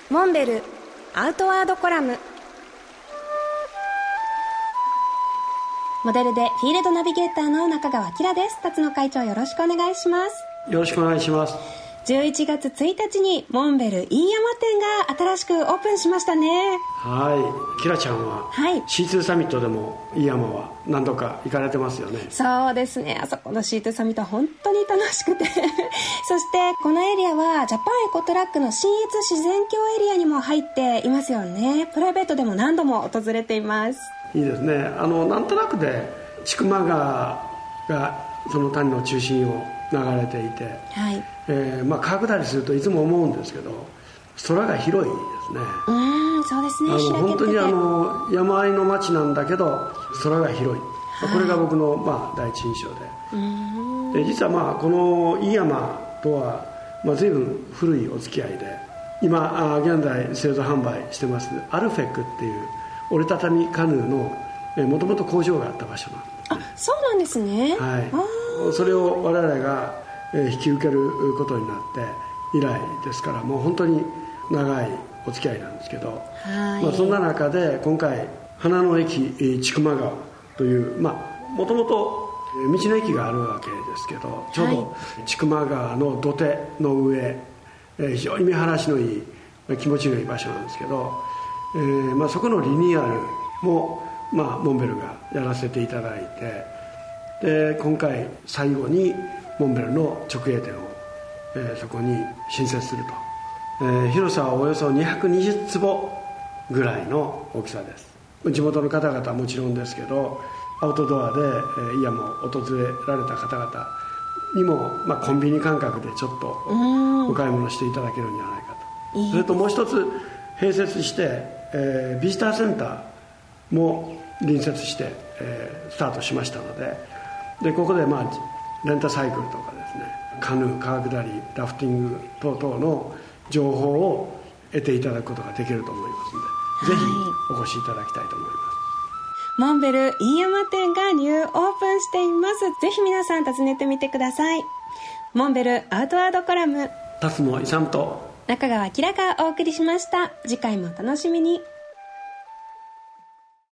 モンベルアウトワードコラム。モデルでフィールドナビゲーターの中川明です。辰野会長、よろしくお願いします。 よろしくお願いします。 11月1日にモンベル飯山店が新しくオープンしましたね。 はい、キラちゃんは、C2 サミットでも飯山は何度か行かれてますよね。 そうですね、あそこの C2 サミットは本当に楽しくてそしてこのエリアはジャパンエコトラックの信越自然郷エリアにも入っていますよね。プライベートでも何度も訪れています。 いいですね。なんとなくで千曲川がその谷の中心を流れていて、川下りするといつも思うんですけど、空が広いですね。 そうですね。 本当に山あいの町なんだけど空が広い、これが僕の第一印象 で実はこの飯山とは随分古いお付き合いで、今現在製造販売してますアルフェックっていう折りたたみカヌーのもともと工場があった場所なんですね。 そうなんですね。 それを我々が引き受けることになって以来ですから、もう本当に長いお付き合いなんですけど、そんな中で今回花の駅千曲川というもともと道の駅があるわけですけど、ちょうど千曲川の土手の上、非常に見晴らしのいい気持ちのいい場所なんですけど、そこのリニューアルもモンベルがやらせていただいて、で今回最後にモンベルの直営店を、そこに新設すると、広さはおよそ220坪ぐらいの大きさです。地元の方々はもちろんですけど、アウトドアで飯山を訪れられた方々にも、コンビニ感覚でちょっとお買い物していただけるんじゃないかと。それともう一つ併設して、ビジターセンターも隣接して、スタートしましたので、ここでレンタサイクルとかですね、カヌー、川下り、ラフティング等々の情報を得ていただくことができると思いますので、ぜひお越しいただきたいと思います。 モンベル飯山店がニューオープンしています。ぜひ皆さん訪ねてみてください。モンベルアウトワードコラム、 辰野勇と中川明がお送りしました。次回もお楽しみに。